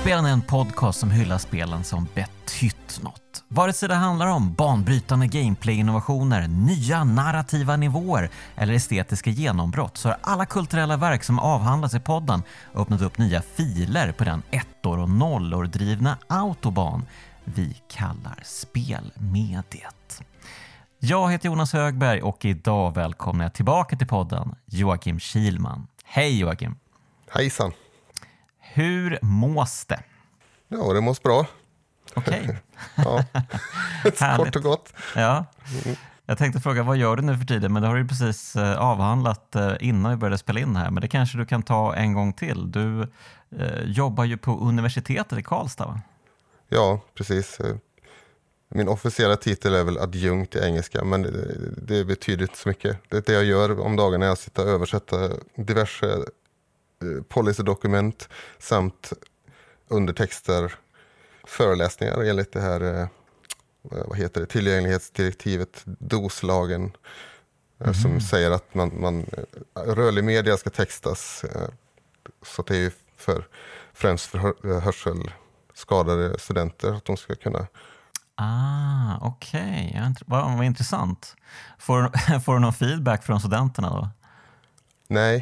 Kraftspelen är en podcast som hyllar spelen som betytt något. Vare sig det handlar om banbrytande gameplay-innovationer, nya narrativa nivåer eller estetiska genombrott, så har alla kulturella verk som avhandlas i podden öppnat upp nya filer på den ettor och nollor drivna autobahn vi kallar spelmediet. Jag heter Jonas Högberg och idag välkomnar jag tillbaka till podden Joakim Kihlman. Hej Joakim! Hejsan! Hur mås det? Ja, det mås bra. Okej. Ja. Kort och gott. Ja. Jag tänkte fråga, vad gör du nu för tiden? Men det har du precis avhandlat innan vi började spela in här. Men det kanske du kan ta en gång till. Du jobbar ju på universitetet i Karlstad, va? Ja, precis. Min officiella titel är väl adjunkt i engelska, men det betyder inte så mycket. Det är det jag gör om dagen när jag sitter och översätter diverse policydokument samt undertexter, föreläsningar enligt det här tillgänglighetsdirektivet, DOS-lagen, som säger att man rörlig media ska textas, så det är ju främst för hörselskadade studenter att de ska kunna. Okej. Vad intressant. Får du någon feedback från studenterna då? Nej,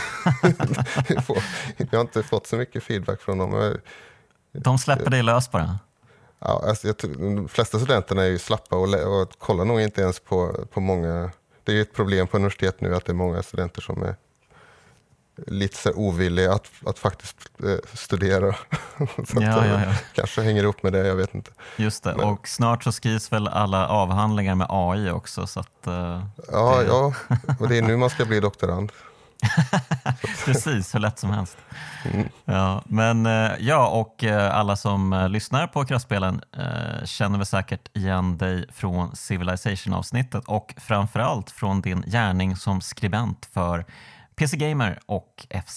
jag har inte fått så mycket feedback från dem. De släpper dig lös bara? Ja, alltså de flesta studenterna är ju slappa och kollar nog inte ens på många. Det är ju ett problem på universitet nu att det är många studenter som är lite så ovilliga att faktiskt studera. Så ja. Kanske hänger upp med det, jag vet inte. Just det, och snart så skrivs väl alla avhandlingar med AI också. Så att, ja, och det är nu man ska bli doktorand. Precis, hur lätt som helst. Ja, men och alla som lyssnar på Kraftspelen känner väl säkert igen dig från Civilization-avsnittet och framförallt från din gärning som skribent för PC Gamer och FZ.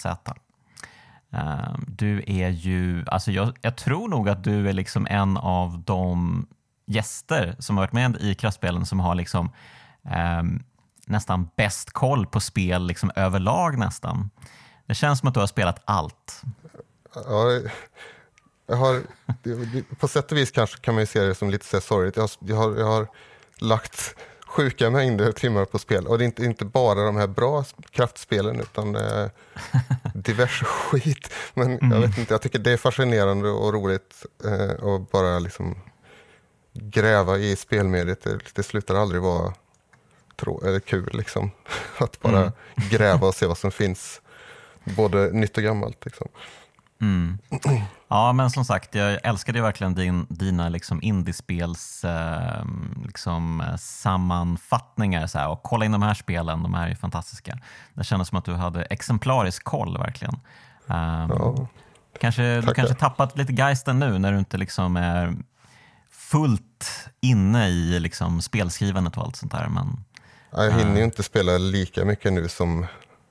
Du är ju, alltså jag tror nog att du är liksom en av de gäster som har varit med i Kraftspelen som har liksom nästan bäst koll på spel liksom överlag nästan. Det känns som att du har spelat allt. Ja, på sätt och vis kanske kan man ju se det som lite så sorgligt. Jag har lagt sjuka mängder timmar på spel. Och det är inte bara de här bra kraftspelen utan diverse skit. Men jag vet inte, jag tycker det är fascinerande och roligt att bara liksom gräva i spelmediet. Det slutar aldrig vara kul liksom. Att bara gräva och se vad som finns. Både nytt och gammalt liksom. Ja, men som sagt, jag älskade ju verkligen dina liksom indiespels liksom sammanfattningar så här, och kolla in de här spelen, de här är ju fantastiska. Det kändes som att du hade exemplarisk koll verkligen. Du kanske tappat lite geisten nu när du inte liksom är fullt inne i liksom spelskrivandet och allt sånt där, men jag hinner ju inte spela lika mycket nu som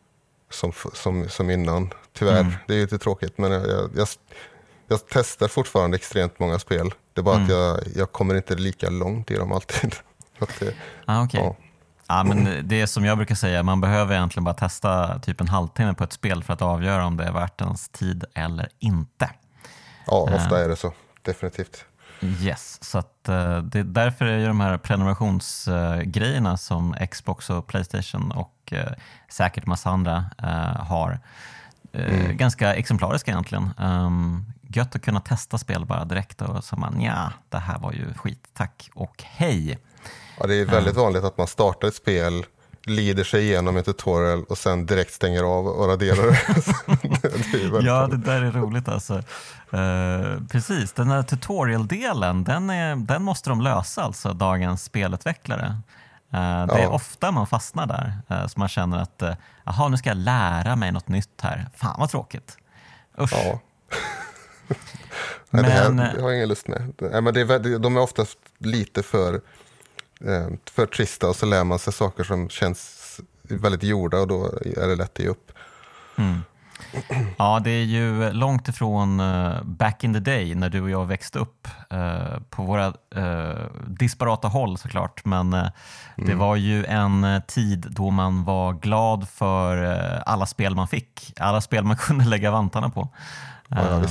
innan, tyvärr. Det är ju lite tråkigt, men jag testar fortfarande extremt många spel. Det är bara att jag kommer inte lika långt i dem alltid. Okej. Ja, men det är som jag brukar säga, man behöver egentligen bara testa typ en halvtimme på ett spel för att avgöra om det är värt ens tid eller inte. Ja, ofta är det så, definitivt. Yes, så att det är därför är ju de här prenumerationsgrejerna som Xbox och PlayStation och säkert massa andra har ganska exemplariska egentligen. Gött att kunna testa spel bara direkt och så man, det här var ju skit, tack och hej. Ja, det är väldigt vanligt att man startar ett spel, lider sig igenom en tutorial och sen direkt stänger av och raderar det. Ja, det där är roligt alltså. Precis, den här tutorial-delen, den måste de lösa alltså, dagens spelutvecklare. Det är ofta man fastnar där, så man känner att nu ska jag lära mig något nytt här. Fan vad tråkigt. Usch. Ja. Nej, det här har jag ingen lust med. Nej, men de är oftast lite för trista och så lär man sig saker som känns väldigt gjorda och då är det lätt att ge upp. Ja, det är ju långt ifrån back in the day när du och jag växte upp på våra disparata håll såklart, men det var ju en tid då man var glad för alla spel man fick, alla spel man kunde lägga vantarna på. Ja, visst.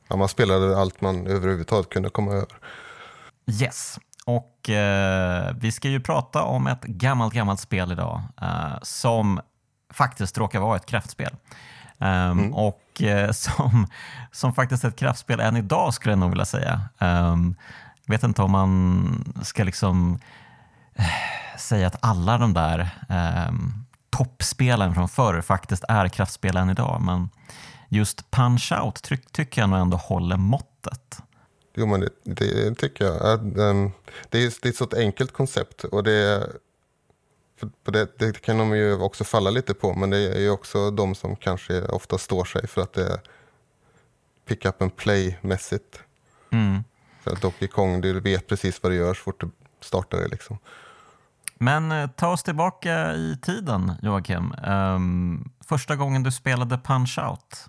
Ja, man spelade allt man överhuvudtaget kunde komma över. Yes, och vi ska ju prata om ett gammalt spel idag som faktiskt råkar vara ett kraftspel. Och som faktiskt ett kraftspel än idag skulle jag nog vilja säga. Jag vet inte om man ska liksom säga att alla de där toppspelen från förr faktiskt är kraftspel än idag, men just Punch-Out tycker jag nog ändå håller måttet. Jo, men det tycker jag. Det är ett så enkelt koncept, och det kan de ju också falla lite på, men det är ju också de som kanske ofta står sig för att det är pick up and play-mässigt. Så att Donkey Kong, du vet precis vad du gör så fort du startar det liksom. Men ta oss tillbaka i tiden, Joakim. Första gången du spelade Punch-Out,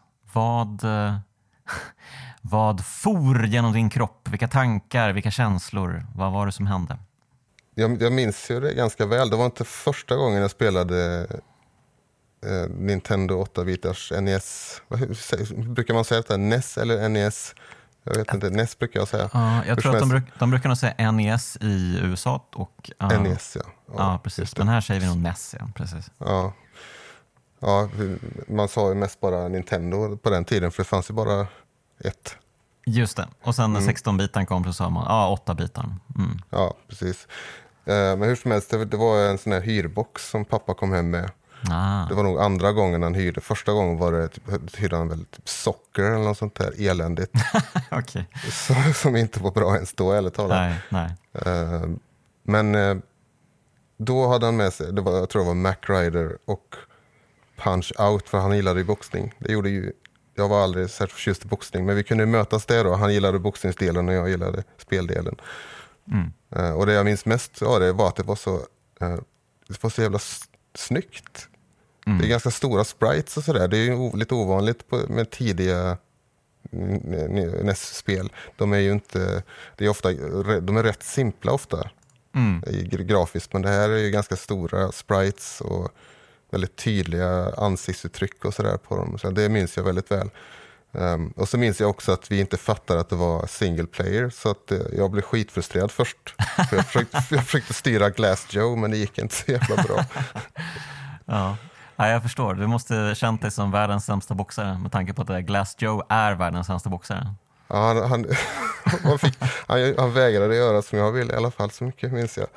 vad for genom din kropp? Vilka tankar, vilka känslor? Vad var det som hände? Jag minns ju det ganska väl. Det var inte första gången jag spelade Nintendo 8-bitars NES. Hur brukar man säga det? NES eller NES? Jag vet inte, NES brukar jag säga. Ja, jag tror att de brukar nog säga NES i USA. Och, NES, ja. Ja, precis. Men här säger vi nog NES, ja. Precis. Ja, man sa ju mest bara Nintendo på den tiden, för det fanns ju bara ett. Just det. Och sen när 16-bitan kom så sa man 8-bitan. Ja, precis. Men hur som helst, det var en sån här hyrbox som pappa kom hem med. Det var nog andra gången han hyrde. Första gången var det hyrde han väl typ socker eller något sånt där eländigt. Okay. Som inte var bra ens då, eller talat. Nej. Men då hade han med sig, jag tror det var Mac Rider och Punch-Out, för han gillade ju boxning. Det gjorde ju, jag var aldrig särskilt förtjust i boxning, men vi kunde mötas där då. Han gillade boxningsdelen och jag gillade speldelen. Och det jag minns mest det var att det var så jävla snyggt. Det är ganska stora sprites och sådär. Det är ju lite ovanligt med tidiga NES-spel. De är ju inte, de är rätt simpla ofta grafiskt, men det här är ju ganska stora sprites och väldigt tydliga ansiktsuttryck och sådär på dem. Så det minns jag väldigt väl. Och så minns jag också att vi inte fattade att det var single player, så att jag blev skitfrustrerad först. För jag försökte styra Glass Joe, men det gick inte så jävla bra. Ja, jag förstår. Du måste känt dig som världens sämsta boxare med tanke på att Glass Joe är världens sämsta boxare. Ja, han vägrade göra som jag ville i alla fall, så mycket minns jag.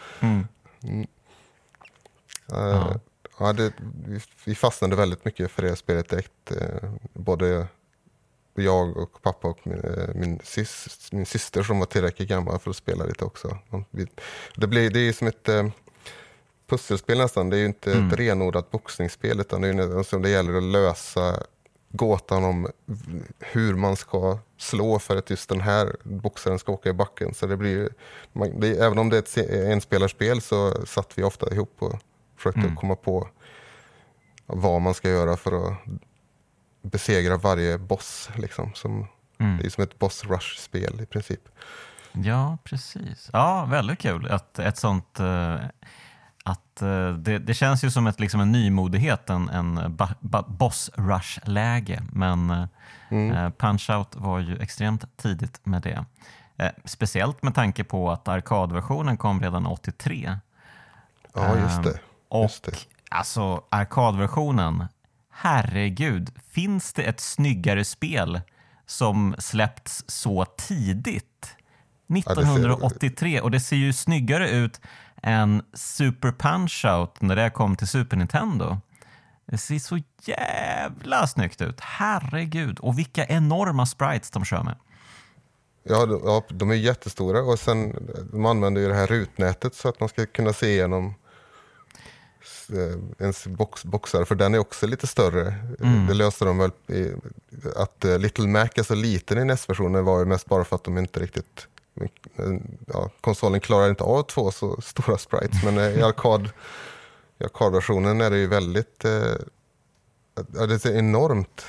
Vi fastnade väldigt mycket för det spelet direkt. Både jag och pappa och min syster som var tillräckligt gammal för att spela lite också. Det är som ett pusselspel nästan. Det är ju inte ett renodlat boxningsspel, utan det gäller att lösa gåtan om hur man ska slå för att just den här boxaren ska åka i backen. Så även om det är ett enspelarspel, så satt vi ofta ihop och försökte komma på vad man ska göra för att besegra varje boss. Liksom, det är som ett boss rush-spel i princip. Ja, precis. Ja, väldigt kul att ett sånt... det känns ju som en nymodighet, en boss rush-läge. Men Punch-Out var ju extremt tidigt med det. Speciellt med tanke på att arkadversionen kom redan 83. Ja, just det. Och alltså arkadversionen, herregud, finns det ett snyggare spel som släppts så tidigt? 1983, och det ser ju snyggare ut än Super Punch-Out när det kom till Super Nintendo. Det ser så jävla snyggt ut, herregud. Och vilka enorma sprites de kör med. Ja, de är jättestora, och sen de använder ju det här rutnätet så att man ska kunna se igenom ens boxar, för den är också lite större. Det löste de väl att Little Mac är så liten i NES-versionen var ju mest bara för att de inte riktigt konsolen klarar inte av 2 så stora sprites, men i arkadversionen är det ju väldigt det är enormt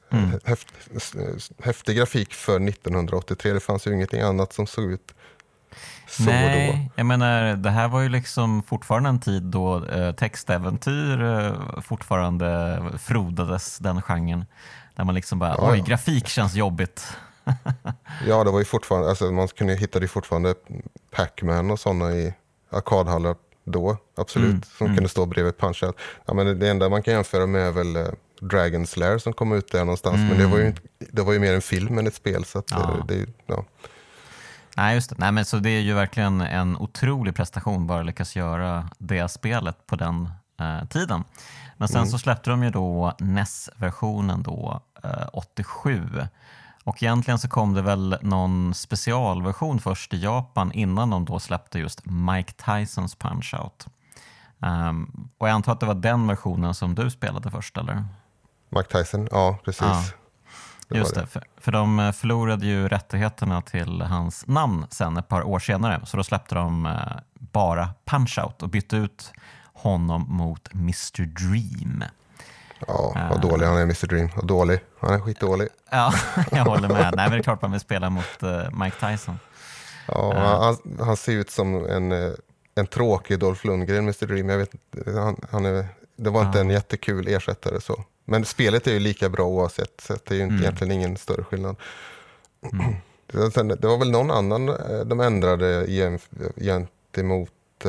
häftig grafik för 1983. Det fanns ju ingenting annat som såg ut så. Nej, då. Jag menar, det här var ju fortfarande en tid då textäventyr fortfarande frodades, den genren. Där man bara, oj, grafik känns jobbigt. Ja, det var ju fortfarande, alltså man hittade ju fortfarande Pac-Man och sådana i arkadhallar då, absolut, som kunde stå bredvid Punch-Out. Ja, men det enda man kan jämföra med är väl Dragon's Lair som kom ut där någonstans, men det var ju mer en film än ett spel, så att ja. Nej, just det. Nej, men så det är ju verkligen en otrolig prestation bara lyckas göra det spelet på den tiden. Men sen så släppte de ju då NES-versionen då 87. Och egentligen så kom det väl någon specialversion först i Japan innan de då släppte just Mike Tysons Punch-Out. Och jag antar att det var den versionen som du spelade först, eller? Mike Tyson, ja precis. Ja. Just det, för de förlorade ju rättigheterna till hans namn sen ett par år senare. Så då släppte de bara Punch-Out och bytte ut honom mot Mr. Dream. Ja, vad dålig han är, Mr. Dream. Vad dålig. Han är skitdålig. Ja, jag håller med. Nej, men det är klart man vill spela mot Mike Tyson. Ja, han ser ut som en tråkig Dolph Lundgren, Mr. Dream. Jag vet, det var inte en jättekul ersättare så. Men spelet är ju lika bra oavsett, så det är ju egentligen ingen större skillnad. Det var väl någon annan de ändrade gentemot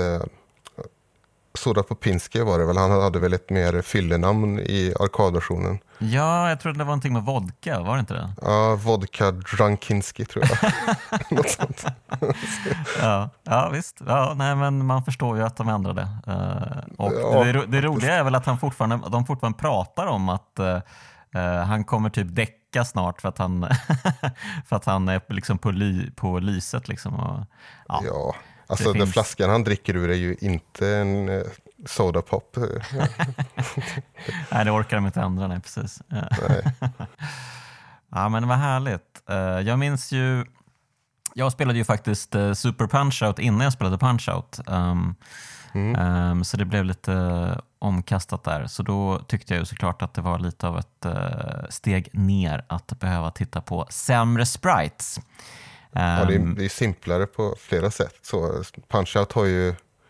Soda Popinski var det väl. Han hade väl ett mer fyllenamn i arkadversionen. Ja, jag tror det var någonting med vodka, var det inte det? Ja, Vodka Drunkinski tror jag. Något sånt. Ja, visst. Ja, nej, men man förstår ju att de ändrade. Och det roliga är väl att de fortfarande pratar om att han kommer typ däcka snart för att han, för att han är liksom på lyset. Liksom. Och, ja. Alltså den flaskan han dricker ur är ju inte en soda pop. Nej, det orkar de inte ändra, nej precis. Nej. Ja, men det var härligt. Jag minns ju, jag spelade ju faktiskt Super Punch-Out innan jag spelade Punch-Out. Så det blev lite omkastat där. Så då tyckte jag ju såklart att det var lite av ett steg ner att behöva titta på sämre sprites. Ja, det är simplare på flera sätt. Så Punch-Out har ju...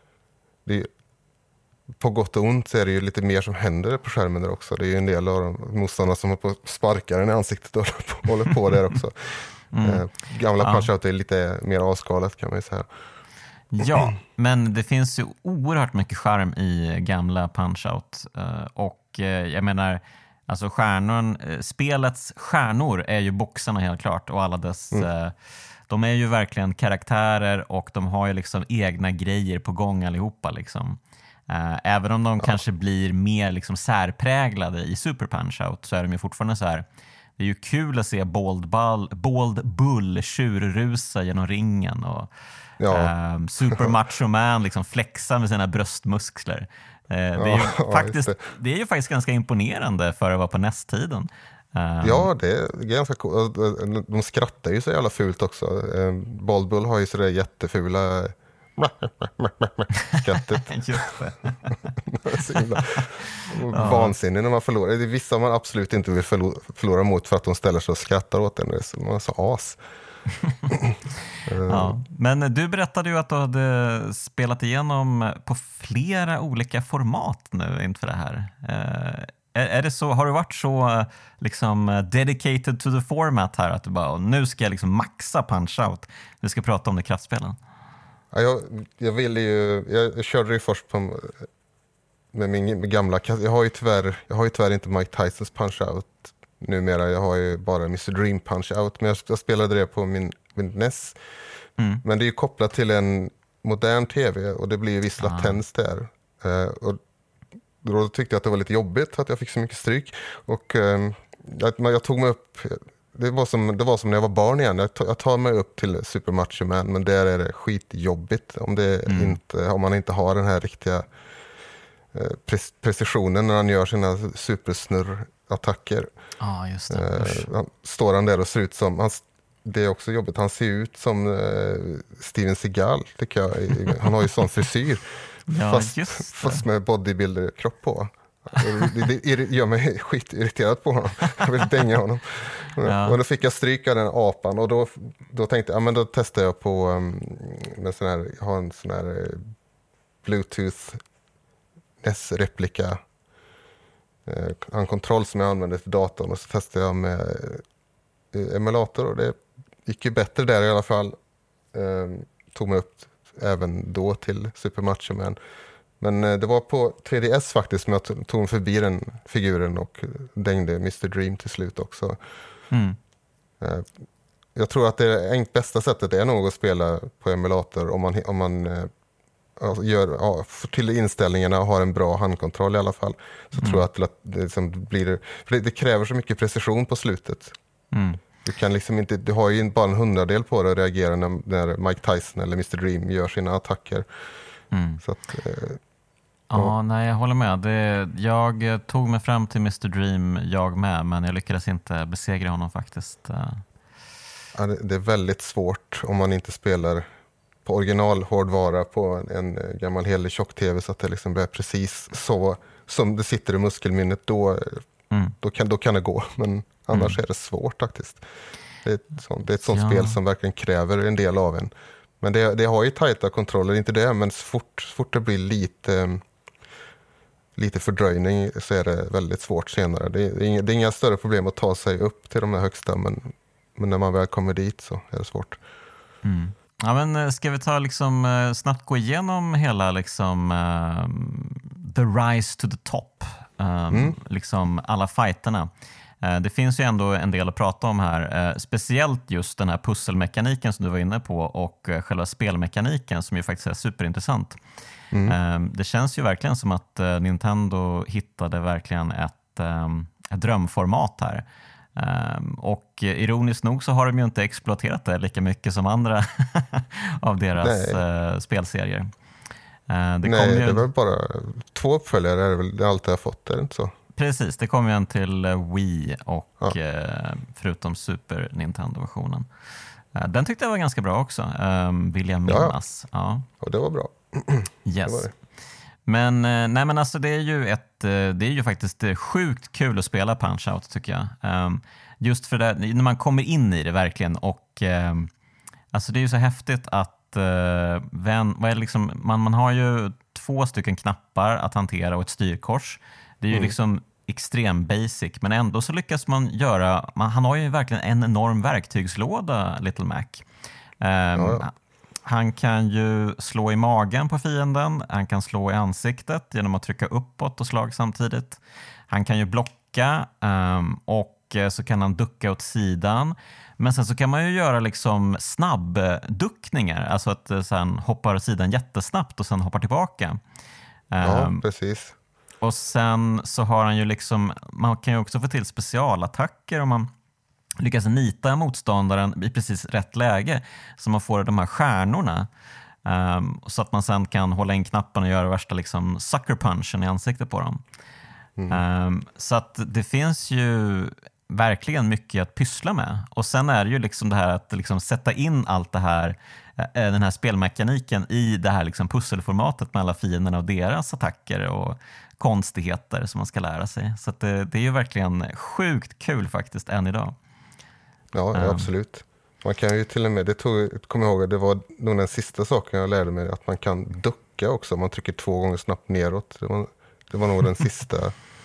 på gott och ont så är det ju lite mer som händer på skärmen där också. Det är ju en del av de motståndarna som har på sparkaren i ansiktet och håller på där också. Gamla Punch-Out är lite mer avskalat kan man ju säga. Ja, men det finns ju oerhört mycket charm i gamla Punch-Out. Och jag menar... Alltså spelets stjärnor är ju boxarna helt klart och alla dess... de är ju verkligen karaktärer och de har ju liksom egna grejer på gång allihopa liksom. Även om de kanske blir mer liksom särpräglade i Super Punch-Out så är de ju fortfarande så här... Det är ju kul att se Bald Bull tjurrusa genom ringen och Super Macho Man liksom flexa med sina bröstmuskler. Det är ju faktiskt ganska imponerande för att vara på NES-tiden. Ja, det är ganska coolt. De skrattar ju så jävla fult också. Bald Bull har ju så där jättefula skrattet. Just det. Så himla vansinnig när man förlorar. Det är vissa man absolut inte vill förlora mot för att de ställer sig och skrattar åt en. Man är så as. Ja. Men du berättade ju att du hade spelat igenom på flera olika format nu inför det här. Är det så, har du varit så liksom dedicated to the format här att du bara, nu ska jag liksom maxa Punch-Out. Vi ska prata om det kraftspelen. Ja, jag körde ju först med min gamla. Jag har ju tyvärr inte Mike Tysons Punch-Out numera. Jag har ju bara Mr. Dream Punch-Out, men jag spelade det på min NES. Men det är ju kopplat till en modern tv och det blir ju viss latens där. Och då tyckte jag att det var lite jobbigt för att jag fick så mycket stryk. Och jag tog mig upp... Det var som när jag var barn igen. Jag tar mig upp till Super Macho Man, men där är det skitjobbigt om man inte har den här riktiga precisionen när han gör sina supersnurrattacker. Just det. Står han där och ser ut som... Det är också jobbigt. Han ser ut som Steven Seagal, tycker jag. Han har ju sån frisyr. Fast med bodybuilder-kropp på. Det gör mig skitirriterad på honom. Jag vill dänga honom. Och då fick jag stryka den apan. Och då tänkte jag, men då testar jag på en sån här Bluetooth NES-replika. En kontroll som jag använder till datorn. Och så testade jag med emulator och det gick ju bättre där i alla fall. Tog mig upp även då till Super Macho Man. Men det var på 3DS faktiskt som jag tog mig förbi den figuren och dängde Mr. Dream till slut också. Jag tror att det bästa sättet är nog att spela på emulator om man får till inställningarna och har en bra handkontroll i alla fall. Så tror jag att det liksom blir... För det kräver så mycket precision på slutet. Du kan liksom inte... Du har ju bara en 100-del på dig att reagera när Mike Tyson eller Mr. Dream gör sina attacker. Så att... Nej, jag håller med. Jag tog mig fram till Mr. Dream, jag med, men jag lyckades inte besegra honom faktiskt. Ja, det är väldigt svårt om man inte spelar på original hårdvara på en gammal helig tjock-tv så att det liksom blir precis så som det sitter i muskelminnet. Då kan det gå, men annars är det svårt faktiskt. Det är ett sånt spel som verkligen kräver en del av en. Men det har ju tajta kontroller, inte det, men fort det blir lite fördröjning så är det väldigt svårt senare. Det är inga större problem att ta sig upp till de här högsta, men när man väl kommer dit så är det svårt. Ja, men ska vi ta liksom snabbt gå igenom hela liksom the rise to the top, liksom alla fighterna. Det finns ju ändå en del att prata om här, speciellt just den här pusselmekaniken som du var inne på och själva spelmekaniken som ju faktiskt är superintressant. Det känns ju verkligen som att Nintendo hittade verkligen ett drömformat här. Och ironiskt nog så har de ju inte exploaterat det lika mycket som andra av deras spelserier. Det är väl bara 2 uppföljare är det väl allt jag har fått, är det inte så? Precis, det kom ju en till Wii och förutom Super Nintendo-versionen. Den tyckte jag var ganska bra också, vill jag minnas. Ja. Och det var bra. Yes. Det var det. Men alltså det är ju faktiskt sjukt kul att spela Punch-Out tycker jag. Just för det, när man kommer in i det verkligen och alltså det är ju så häftigt att vad är liksom, man har ju 2 stycken knappar att hantera och ett styrkors. Det är ju liksom extrem basic, men ändå så lyckas man göra, han har ju verkligen en enorm verktygslåda, Little Mac. Han kan ju slå i magen på fienden, han kan slå i ansiktet genom att trycka uppåt och slag samtidigt. Han kan ju blocka och så kan han ducka åt sidan. Men sen så kan man ju göra liksom snabbduckningar, alltså att sen hoppar sidan jättesnabbt och sen hoppar tillbaka. Ja, precis. Och sen så har han ju liksom, man kan ju också få till specialattacker om man lyckas nita motståndaren i precis rätt läge så man får de här stjärnorna så att man sen kan hålla in knappen och göra värsta liksom sucker punchen i ansiktet på dem. Så att det finns ju verkligen mycket att pyssla med. Och sen är det ju liksom det här att liksom sätta in allt det här, den här spelmekaniken i det här liksom pusselformatet med alla fienderna och deras attacker och konstigheter som man ska lära sig. Så att det är ju verkligen sjukt kul faktiskt än idag. Ja, absolut. Man kan ju till och med, kommer jag ihåg, det var nog den sista saken jag lärde mig, att man kan ducka också. Man trycker 2 gånger snabbt neråt. Det var nog den sista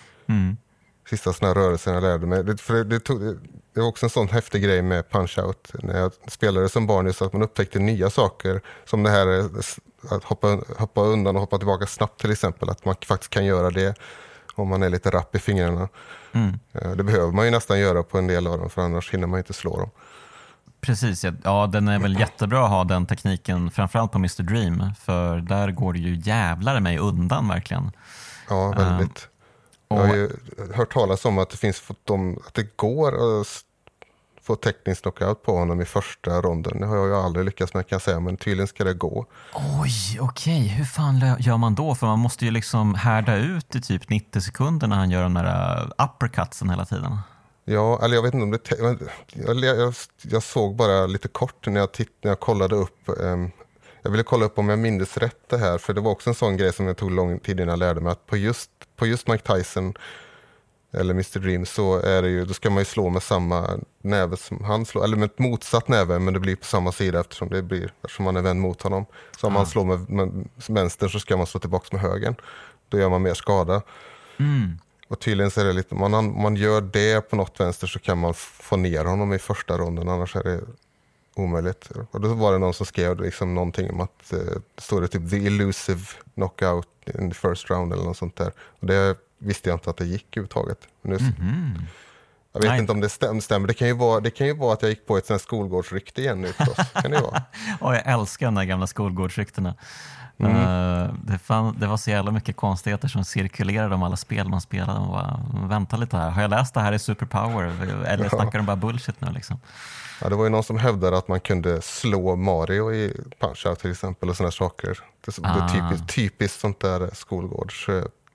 sista sån här rörelsen jag lärde mig. Det var också en sån häftig grej med Punch-Out. När jag spelade som barn så att man upptäckte nya saker. Som det här att hoppa undan och hoppa tillbaka snabbt till exempel. Att man faktiskt kan göra det om man är lite rapp i fingrarna. Det behöver man ju nästan göra på en del av dem, för annars hinner man inte slå dem. Precis, ja, den är väl jättebra att ha den tekniken, framförallt på Mr. Dream. För där går det ju jävlar mig undan verkligen. Ja, väldigt. Jag har ju hört talas om att att det går att få teknisk knockout på honom i första ronden. Det har jag ju aldrig lyckats med, kan jag säga, men tydligen ska det gå. Oj, okej. Hur fan gör man då? För man måste ju liksom härda ut i typ 90 sekunder när han gör de där uppercutsen hela tiden. Ja, eller jag vet inte om det... Jag såg bara lite kort när jag kollade upp... Jag ville kolla upp om jag minns rätt det här, för det var också en sån grej som jag tog lång tid innan jag lärde mig, att på just Mike Tyson eller Mr. Dream så är det ju, då ska man ju slå med samma näve som han slår, eller med ett motsatt näve, men det blir på samma sida eftersom man är vänd mot honom. Så om man slår med vänster så ska man slå tillbaka med högen. Då gör man mer skada. Och tydligen så är det lite, man gör det på något vänster så kan man få ner honom i första ronden, annars är det omöjligt. Och då var det någon som skrev liksom någonting om att det står the elusive knockout in the first round eller något sånt där. Och det visste jag inte att det gick överhuvudtaget. Nu, jag vet inte om det stämmer. Det kan ju vara att jag gick på ett sånt här skolgårdsrykte igen nu förstås. Kan det vara? Och jag älskar de där gamla skolgårdsryktena. Det var så jävla mycket konstigheter som cirkulerade om alla spel man spelade. Och bara, vänta lite här, har jag läst det här i Superpower? Eller snackar de bara bullshit nu liksom? Ja, det var ju någon som hävdade att man kunde slå Mario i Punch-Out till exempel och sådana saker. Det är typiskt sånt där skolgårds.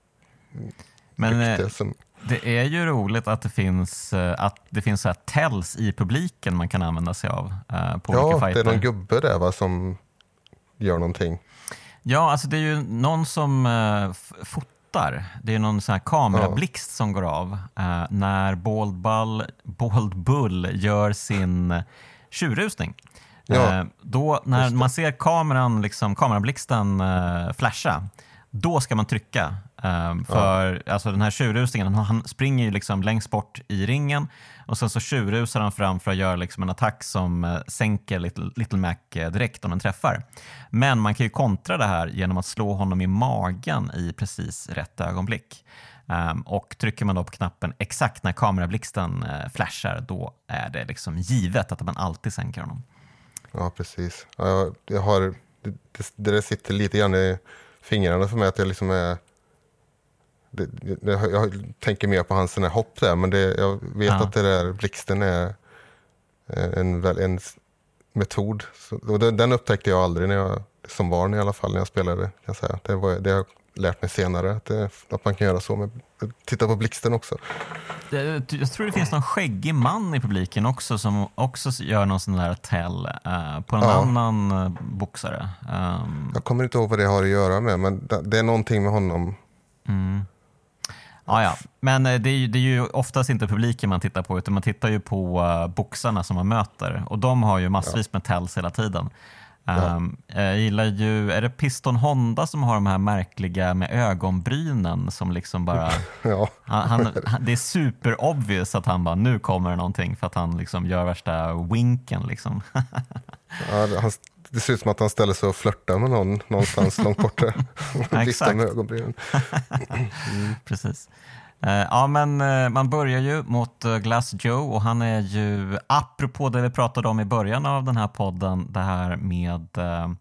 Men det är ju roligt att det finns så här tells i publiken man kan använda sig av på olika fighter. Ja, det är någon gubbe där va, som gör någonting. Ja, alltså det är ju någon som fotar. Det är någon sån här kamerablixt som går av när Bald Bull gör sin tjurrusning. Ja, då när man ser kamerablixten flasha, då ska man trycka. För alltså den här tjurrusningen, han springer ju liksom längst bort i ringen och sen så tjurrusar han fram för att göra liksom en attack som sänker Little Mac direkt om den träffar. Men man kan ju kontra det här genom att slå honom i magen i precis rätt ögonblick. Och trycker man då på knappen exakt när kamerablixten flashar, då är det liksom givet att man alltid sänker honom. Ja, precis. Jag har, det sitter lite grann i fingrarna för mig att jag liksom är... jag tänker mer på hans sån här hopp där, men jag vet att det där blixten är en metod. Och den upptäckte jag aldrig när jag, som barn i alla fall, när jag spelade, kan jag säga. Det har jag lärt mig senare, att man kan göra så med titta på blixten också. Jag tror det finns någon skäggig man i publiken också som också gör någon sån där tell på en annan boxare. Jag kommer inte ihåg vad det har att göra med, men det är någonting med honom. Ja. Men det är ju oftast inte publiken man tittar på, utan man tittar ju på boxarna som man möter. Och de har ju massvis med tells hela tiden. Jag gillar ju, är det Piston Honda som har de här märkliga med ögonbrynen som liksom bara det är super obvious att han bara, nu kommer det någonting, för att han liksom gör värsta winken liksom. Det ser ut som att han ställer sig och flörtar med någon någonstans långt borta. Exakt. Med ögonbrynen. Precis. Ja, men man börjar ju mot Glass Joe, och han är ju, apropå det vi pratade om i början av den här podden, det här med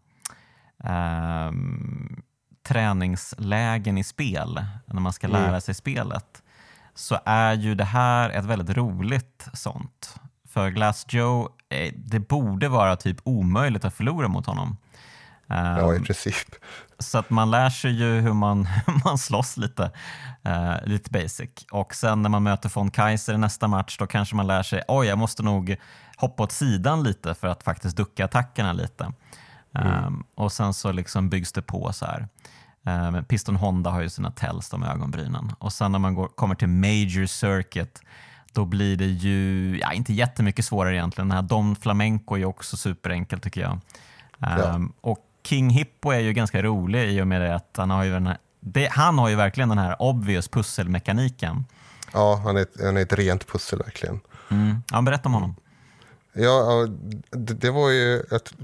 träningslägen i spel, när man ska lära sig spelet, så är ju det här ett väldigt roligt sånt. För Glass Joe, det borde vara typ omöjligt att förlora mot honom. Ja, i princip. Så att man lär sig ju hur man slåss lite basic. Och sen när man möter von Kaiser i nästa match, då kanske man lär sig, jag måste nog hoppa åt sidan lite för att faktiskt ducka attackerna lite. Och sen så liksom byggs det på så här. Piston Honda har ju sina tells, de ögonbrynen. Och sen när man kommer till Major Circuit, då blir det ju inte jättemycket svårare egentligen. Den här Don Flamenco är ju också superenkel tycker jag. Och King Hippo är ju ganska rolig i och med det att han har ju verkligen den här obvious pusselmekaniken. Ja, han är ett rent pussel verkligen. Ja, berätta om honom. Ja, det var ju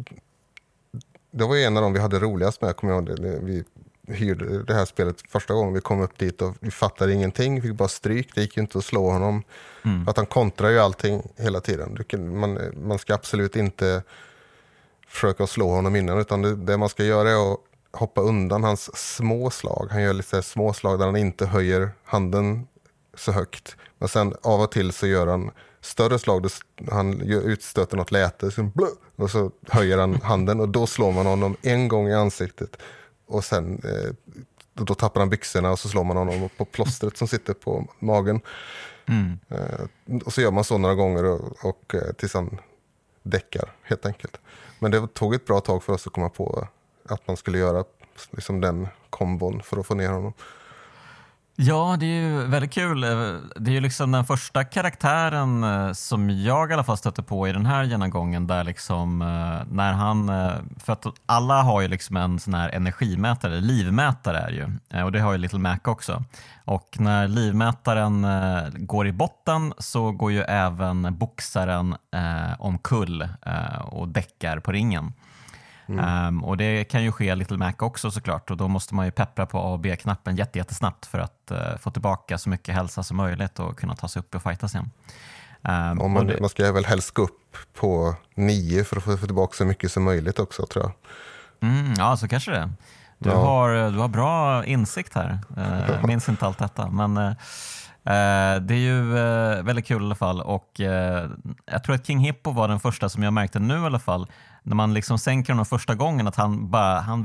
en av dem vi hade roligast med, kommer jag ihåg. Vi hyrde det här spelet första gången vi kom upp dit och vi fattade ingenting, vi fick bara stryk, det gick ju inte att slå honom. Att han kontrar ju allting hela tiden. Man ska absolut inte försöka slå honom innan, utan det man ska göra är att hoppa undan hans små slag. Han gör lite små slag där han inte höjer handen så högt. Men sen av och till så gör han större slag, han utstöter något läte och så höjer han handen och då slår man honom en gång i ansiktet. Och sen då tappar han byxorna och så slår man honom på plåstret som sitter på magen. Och så gör man så några gånger och tills han däckar helt enkelt. Men det tog ett bra tag för oss att komma på att man skulle göra liksom den kombon för att få ner honom. Ja, det är ju väldigt kul. Det är ju liksom den första karaktären som jag i alla fall stötte på i den här genomgången där liksom när han, för att alla har ju liksom en sån här energimätare, livmätare är ju, och det har ju Little Mac också. Och när livmätaren går i botten så går ju även boxaren omkull och däckar på ringen. Och det kan ju ske Little Mac också såklart, och då måste man ju peppra på A och B-knappen jättesnabbt för att få tillbaka så mycket hälsa som möjligt och kunna ta sig upp och fightas igen. Man ska väl helst gå upp på 9 för att få tillbaka så mycket som möjligt också, tror jag. Ja, så kanske det. Du har bra insikt här. Jag minns inte allt detta, men det är ju väldigt kul i alla fall. Och jag tror att King Hippo var den första som jag märkte nu i alla fall. När man liksom sänker honom första gången att han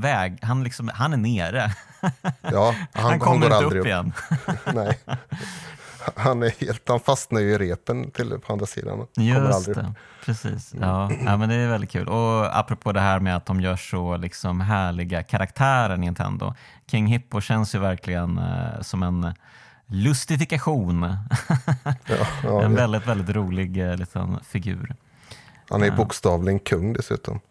är nere. Ja, han kommer inte upp igen. Nej. Han fastnar ju i repen till på andra sidan. Just det, precis. Ja, men det är väldigt kul. Och apropå det här med att de gör så liksom härliga karaktärer, Nintendo. King Hippo känns ju verkligen som en lustifikation. En väldigt, väldigt rolig liten figur. Han är bokstavligen kung dessutom.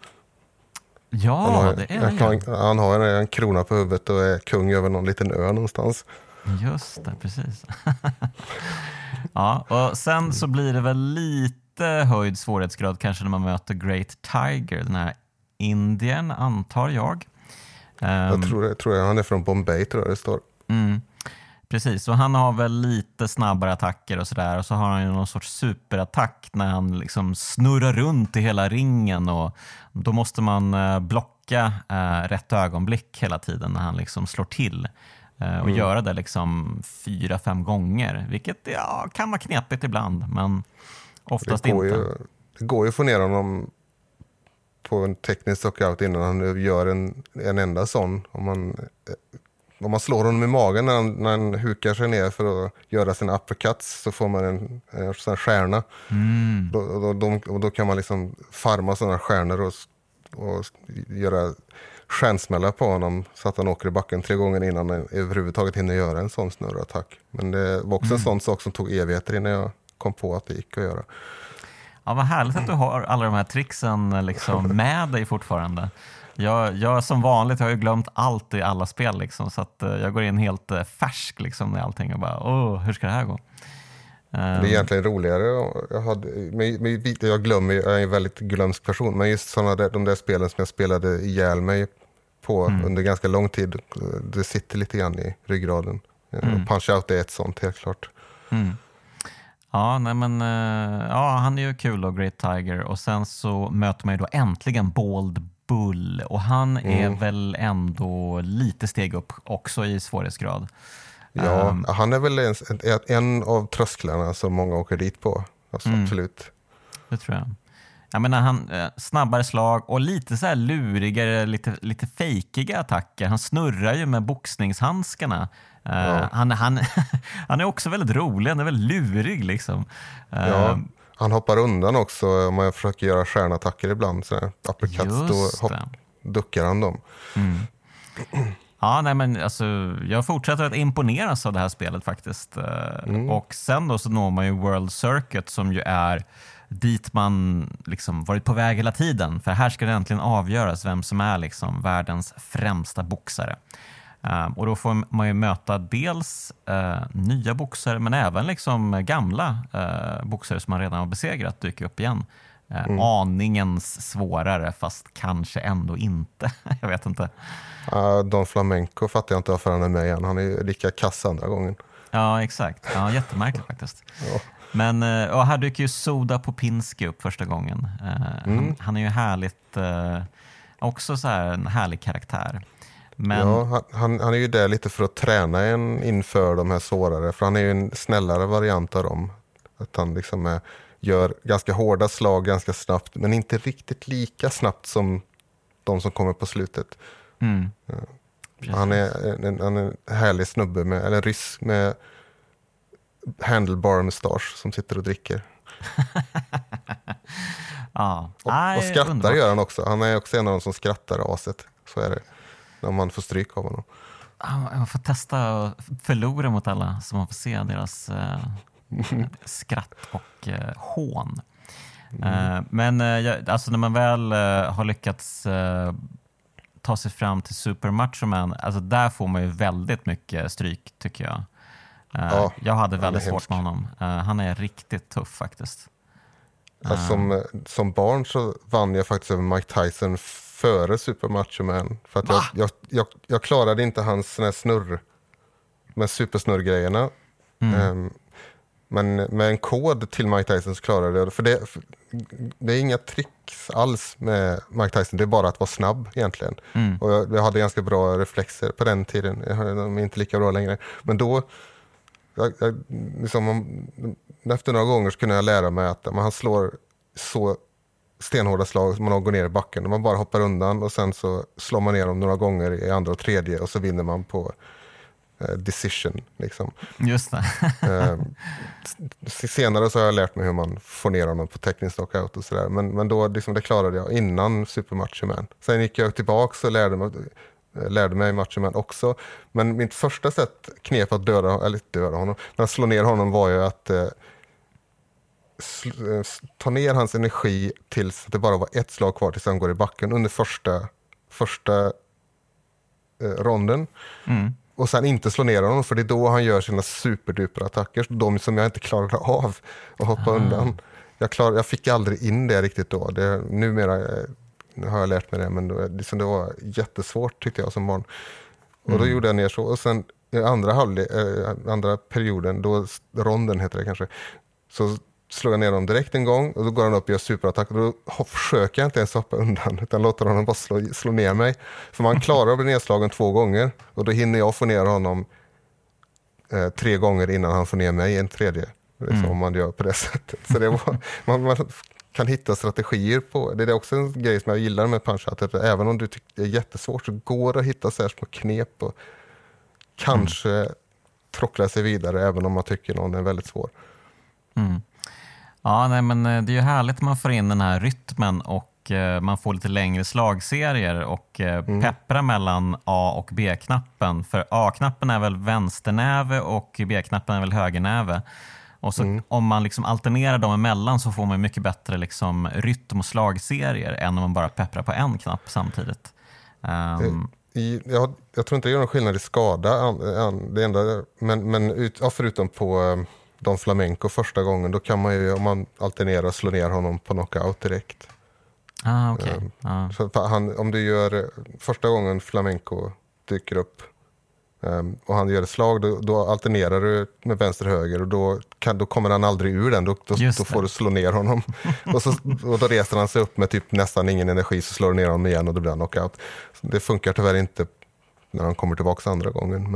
Ja, det är han. Han har en krona på huvudet och är kung över någon liten ö någonstans. Just det, precis. Ja, och sen så blir det väl lite höjd svårighetsgrad kanske när man möter Great Tiger, den här Indien, antar jag. Jag tror han är från Bombay, tror jag det står. Precis, och han har väl lite snabbare attacker och sådär, och så har han ju någon sorts superattack när han liksom snurrar runt i hela ringen, och då måste man blocka rätt ögonblick hela tiden när han liksom slår till. Och göra det liksom 4-5 gånger, vilket kan vara knepigt ibland, men oftast inte. Det går ju att få ner honom på en teknisk knockout innan han gör en enda sån. Om man slår honom i magen när han hukar sig ner för att göra sina uppercuts, så får man en sån här stjärna. Då kan man liksom farma sådana stjärnor och göra stjärnsmälla på honom så att han åker i backen 3 gånger innan han överhuvudtaget hinner göra en sån snurrattack. Men det var också en sån sak som tog evigheter innan jag kom på att det gick att göra. Ja, vad härligt att du har alla de här tricksen liksom med dig fortfarande. Jag som vanligt har ju glömt allt i alla spel liksom, så att jag går in helt färsk liksom i allting och bara, hur ska det här gå? Det är egentligen roligare. Jag är en väldigt glömsk person, men just de där spelen som jag spelade ihjäl mig på under ganska lång tid, det sitter lite grann i ryggraden. Punch-Out är ett sånt, helt klart. Ja, nej men han är ju kul då, Great Tiger, och sen så möter man ju då äntligen Bald Bull, och han är väl ändå lite steg upp också i svårighetsgrad. Ja, han är väl en av trösklarna som många åker dit på. Alltså, absolut. Det tror jag. Jag menar, han snabbare slag och lite så här lurigare, lite fejkiga attacker. Han snurrar ju med boxningshandskarna. Han är också väldigt rolig, han är väldigt lurig liksom. Ja, han hoppar undan också om man försöker göra stjärnattacker ibland. Så här, uppercuts, då duckar han dem. Ja, nej men alltså, jag fortsätter att imponeras av det här spelet faktiskt. Och sen då så når man ju World Circuit, som ju är dit man liksom varit på väg hela tiden. För här ska det äntligen avgöras vem som är liksom världens främsta boxare. Och då får man ju möta dels nya boxare, men även liksom gamla boxare som man redan har besegrat dyker upp igen. Aningens svårare, fast kanske ändå inte. Jag vet inte. Don Flamenco fattar jag inte varför han är med igen. Han är ju lika kass andra gången. Ja, exakt. Ja, jättemärkligt faktiskt. Ja. Men och här dyker ju Soda Popinski upp första gången. Han är ju härligt, också så här en härlig karaktär. Men... Ja, han är ju där lite för att träna en inför de här svårare. För han är ju en snällare variant av dem. Att han liksom gör ganska hårda slag ganska snabbt, men inte riktigt lika snabbt som de som kommer på slutet. Han är en härlig snubbe, eller en ryss med handlebar mustasch som sitter och dricker. Och skrattar underbart. Gör han också. Han är också en av de som skrattar aset. Så är det när man får stryk av honom. Man får testa att förlora mot alla så man får se deras skratt och hån. Men alltså när man väl har lyckats ta sig fram till Super Macho Man, alltså där får man ju väldigt mycket stryk tycker jag. Jag hade väldigt svårt med honom. Han är riktigt tuff faktiskt. Som barn så vann jag faktiskt över Mike Tyson före Super Macho Man. För att jag klarade inte hans sån här snurr med supersnurrgrejerna. Men med en kod till Mike Tyson så klarade jag det. För det är inga tricks alls med Mike Tyson. Det är bara att vara snabb egentligen. Och jag hade ganska bra reflexer på den tiden. De är inte lika bra längre. Men då, efter några gånger så kunde jag lära mig att han slår så stenhårda slag som man går ner i backen. Man bara hoppar undan och sen så slår man ner dem några gånger i andra och tredje och så vinner man på decision liksom. Just det. Senare så har jag lärt mig hur man får ner honom på teknisk knockout och sådär. Men då liksom, det klarade jag innan Super Macho Man. Sen gick jag tillbaka och lärde mig Macho Man också. Men mitt första knep att döda honom, när jag slår ner honom var ju att ta ner hans energi tills det bara var ett slag kvar tills han går i backen under första ronden. Och sen inte slå ner honom, för det är då han gör sina superduper attacker. De som jag inte klarade av att hoppa undan. Jag fick aldrig in det riktigt då. Numera har jag lärt mig det, men det var jättesvårt tyckte jag som barn. Och då gjorde jag ner så. Och sen i andra perioden, då ronden heter det kanske, så slår jag ner honom direkt en gång och då går han upp och gör superattack och då försöker jag inte ens hoppa undan utan låter honom bara slå ner mig. För man klarar att bli nedslagen 2 gånger och då hinner jag få ner honom 3 gånger innan han får ner mig en tredje. Om man gör på det sättet. Så det man kan hitta strategier på. Det är också en grej som jag gillar med punch-out. Även om du tycker det är jättesvårt så går det att hitta så här små knep och kanske tråckla sig vidare även om man tycker någon är väldigt svår. Ja, nej, men det är ju härligt att man får in den här rytmen och man får lite längre slagserier och peppra mellan A och B-knappen. För A-knappen är väl vänsternäve och B-knappen är väl högernäve. Och så om man liksom alternerar dem emellan så får man mycket bättre liksom rytm och slagserier än om man bara pepprar på en knapp samtidigt. Jag tror inte det gör någon skillnad i skada. Det enda, men förutom på Don Flamenco första gången, då kan man ju, om man alternerar, slå ner honom på knockout direkt. Okej. Så om du gör första gången Flamenco dyker upp och han gör ett slag, då alternerar du med vänster höger och då kommer han aldrig ur den, då får du slå ner honom. och då reser han sig upp med typ nästan ingen energi, så slår du ner honom igen och då blir han knockout. Så det funkar tyvärr inte när han kommer tillbaka andra gången,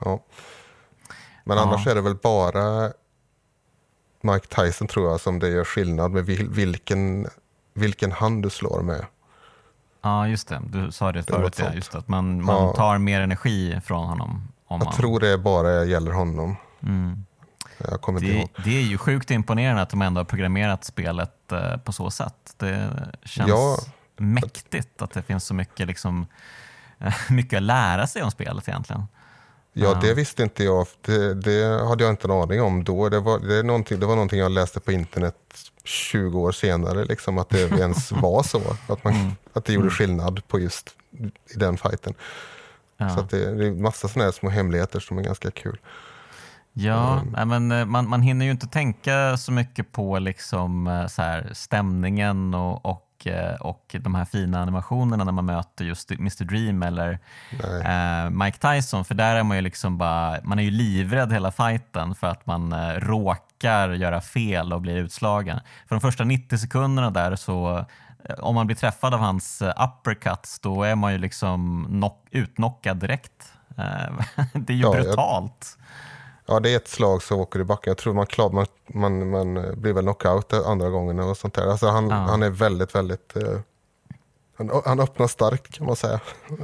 men annars är det väl bara Mike Tyson tror jag som det gör skillnad med vilken hand du slår med. Ja, just det. Du sa det förut, just att man tar mer energi från honom. Jag tror det bara gäller honom. Jag kommer inte ihåg. Det är ju sjukt imponerande att de ändå har programmerat spelet på så sätt. Det känns mäktigt att det finns så mycket, liksom, mycket att lära sig om spelet egentligen. Ja, det visste inte jag. Det hade jag inte en aning om då. Det var någonting jag läste på internet 20 år senare. Liksom, att det ens var så. Att det gjorde skillnad på just i den fighten. Ja. Så att det är massa sådana här små hemligheter som är ganska kul. Ja, men man hinner ju inte tänka så mycket på liksom, så här, stämningen och de här fina animationerna när man möter just Mr. Dream eller Mike Tyson, för där är man ju liksom bara, man är ju livrädd hela fighten för att man råkar göra fel och bli utslagen. För de första 90 sekunderna där, så om man blir träffad av hans uppercuts, då är man ju liksom utnockad direkt. Det är ju brutalt. Ja, det är ett slag som åker i backen. Jag tror man blir väl knockout andra gången och sånt där. Alltså han är väldigt, väldigt... han öppnar starkt kan man säga.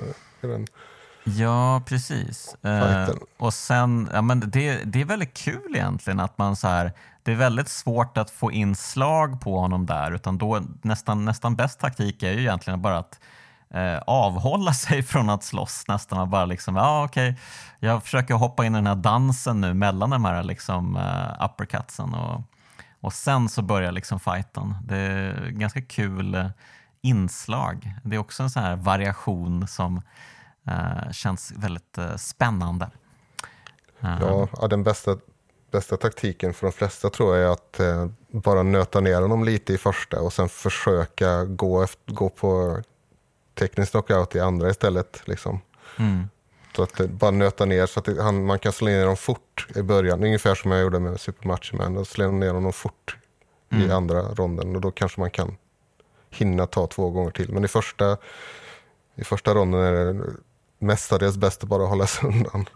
Ja, precis. Och sen, men det är väldigt kul egentligen att man så här... Det är väldigt svårt att få in slag på honom där, utan då nästan bäst taktik är ju egentligen bara att avhålla sig från att slåss nästan. Och bara liksom, ja okej, jag försöker hoppa in i den här dansen nu mellan de här liksom, uppercutsen och sen så börjar liksom fighten. Det är ganska kul inslag. Det är också en sån här variation som känns väldigt spännande. Ja, den bästa taktiken för de flesta tror jag är att bara nöta ner honom lite i första och sen försöka gå på teknisk knockout i andra istället. Liksom. Så att bara nöta ner så att man kan slå ner dem fort i början. Ungefär som jag gjorde med Supermatchman. Då slår ner honom fort i andra ronden och då kanske man kan hinna ta 2 gånger till. Men i första ronden är det mestadels bäst att bara hålla sig undan.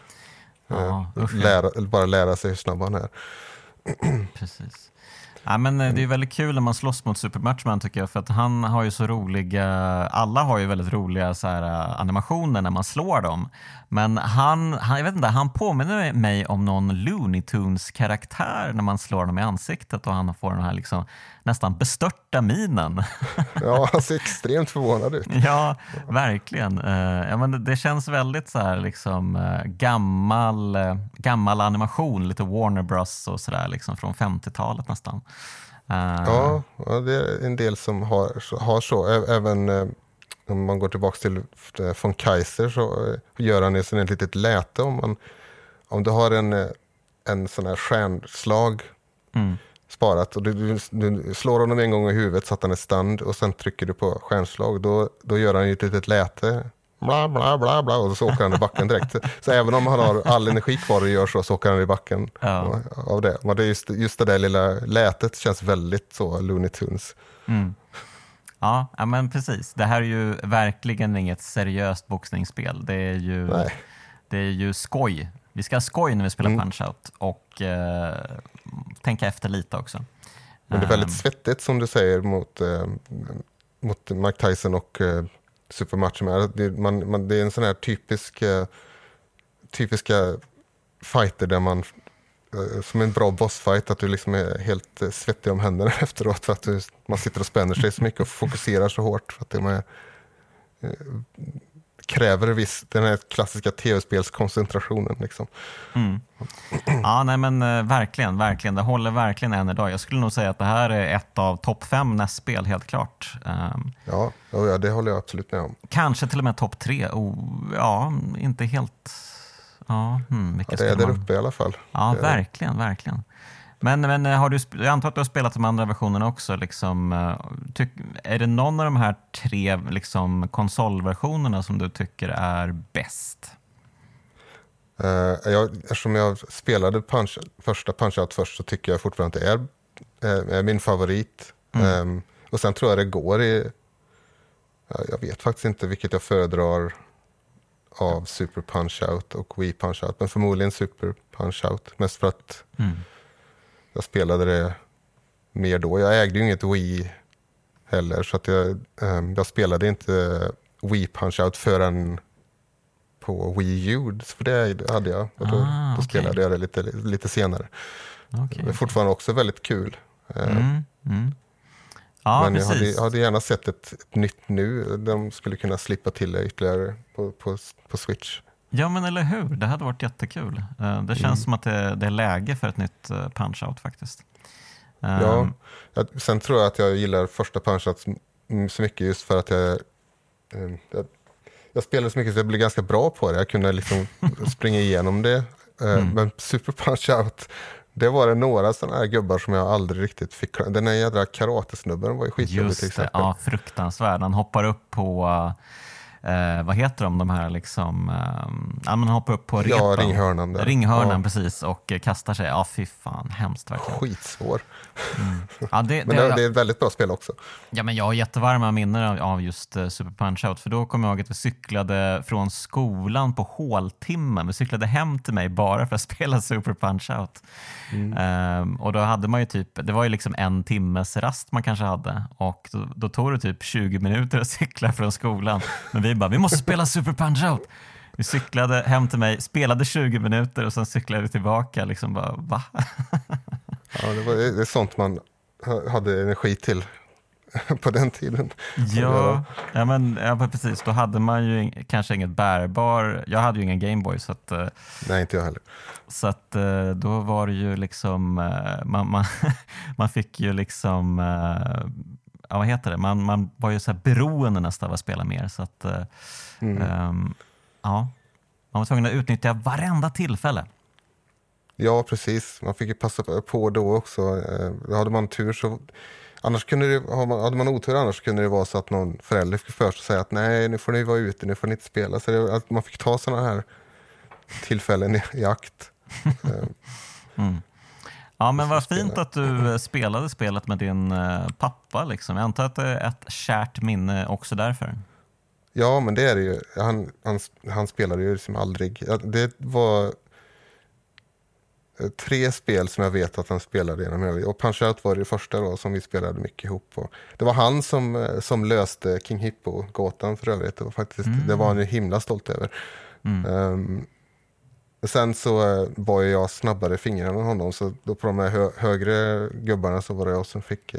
Bara lära sig hur snabb han är. Precis. Ja, men det är väldigt kul när man slåss mot Supermatchman tycker jag, för att han har ju så roliga, alla har ju väldigt roliga så här, animationer när man slår dem. Men jag vet inte, han påminner mig om någon Looney Tunes-karaktär när man slår dem i ansiktet och han får den här liksom nästan bestörta minen. Ja, han ser extremt förvånad ut. Ja, verkligen. Ja, men det känns väldigt så här liksom gammal animation, lite Warner Bros och sådär liksom från 50-talet nästan. Ja, det är en del som har så. Även om man går tillbaka till von Kaiser så gör han ett litet läte om du har en sån här stjärnslag sparat och du slår honom en gång i huvudet så att han är stand och sen trycker du på stjärnslag, då gör han ju ett litet läte bla bla bla bla och så åker han i backen direkt. Så även om han har all energi kvar och gör så åker han i backen av det. Men det är just det där lilla lätet känns väldigt så Looney Tunes. Ja, men precis. Det här är ju verkligen inget seriöst boxningsspel. Det är ju skoj. Vi ska ha skoj när vi spelar Punch-Out och tänka efter lite också. Men det är väldigt svettigt som du säger mot Mike Tyson och Supermatchen. Det är en sån här typiska fighter där man som en bra bossfight att du liksom är helt svettig om händerna efteråt för att man sitter och spänner sig så mycket och fokuserar så hårt för att det kräver den här klassiska tv-spelskoncentrationen liksom. Ja, nej men verkligen. Det håller verkligen än idag. Jag skulle nog säga att det här är ett av topp 5 nästspel, helt klart. Ja, det håller jag absolut med om. Kanske till och med topp 3. Ja, inte helt... Ja, det är där uppe i alla fall. Ja, verkligen. Men jag antar att du har spelat de andra versionerna också. Liksom, är det någon av de här 3 liksom, konsolversionerna som du tycker är bäst? Eftersom jag spelade första Punch-Out först så tycker jag fortfarande att det är min favorit. Och sen tror jag det går jag vet faktiskt inte vilket jag föredrar av Super Punch-Out och Wii Punch-Out, men förmodligen Super Punch-Out, mest för att jag spelade det mer då. Jag ägde ju inget Wii heller, så att jag spelade inte Wii Punch-Out förrän på Wii U, för det hade jag. Och då spelade jag det lite senare. Det är fortfarande också väldigt kul. Ja, men jag hade gärna sett ett nytt nu. De skulle kunna slippa till det ytterligare på Switch. Ja, men eller hur? Det hade varit jättekul. Det känns som att det är läge för ett nytt Punch-Out faktiskt. Ja, sen tror jag att jag gillar första Punch-Out så mycket just för att jag spelade så mycket så jag blev ganska bra på det. Jag kunde liksom springa igenom det. Men Super Punch-Out, det var det några sådana här gubbar som jag aldrig riktigt fick. Den här jädra karatesnubben var ju skitjobbig till exempel. Ja, fruktansvärd. Han hoppar upp på vad heter de här liksom man hoppar upp på repen. Ja, ringhörnan där. Ringhörnan, precis, och kastar sig. Ja, fy fan, hemskt verkligen. Skitsvår. Ja, men det är ett väldigt bra spel också. Ja, men jag har jättevarma minnen av just Super Punch-Out, för då kom jag ihåg att vi cyklade från skolan på håltimmen. Vi cyklade hem till mig bara för att spela Super Punch-Out. Och då hade man ju typ, det var ju liksom 1 timmes rast man kanske hade, och då tog det typ 20 minuter att cykla från skolan. Men vi måste spela Super Punch-Out. Vi cyklade hem till mig, spelade 20 minuter och sen cyklade vi tillbaka. Liksom bara, va? Ja, det är sånt man hade energi till. på den tiden. Men precis. Då hade man ju kanske inget bärbar. Jag hade ju ingen Gameboy så att... Nej, inte jag heller. Så att då var det ju liksom... Man fick ju liksom... vad heter det? Man var ju så här beroende nästan av att spela mer. Så att... man var tvungen att utnyttja varenda tillfälle. Ja, precis. Man fick ju passa på då också. Hade man tur så... Annars hade man otur annars kunde det vara så att någon förälder fick först säga att nej, nu får ni vara ute, nu får ni inte spela. Så att man fick ta sådana här tillfällen i akt. Ja, men vad fint att du spelade spelet med din pappa. Liksom. Jag antar att det är ett kärt minne också därför. Ja, men det är det ju. Han spelade ju liksom aldrig. Det var 3 spel som jag vet att han spelade genom hela. Och Punch-Out var det första då som vi spelade mycket ihop på. Det var han som löste King Hippo-gåtan för övrigt. Det var han ju himla stolt över. Sen så var jag snabbare fingrarna än honom. Så då på de här högre gubbarna så var det jag som fick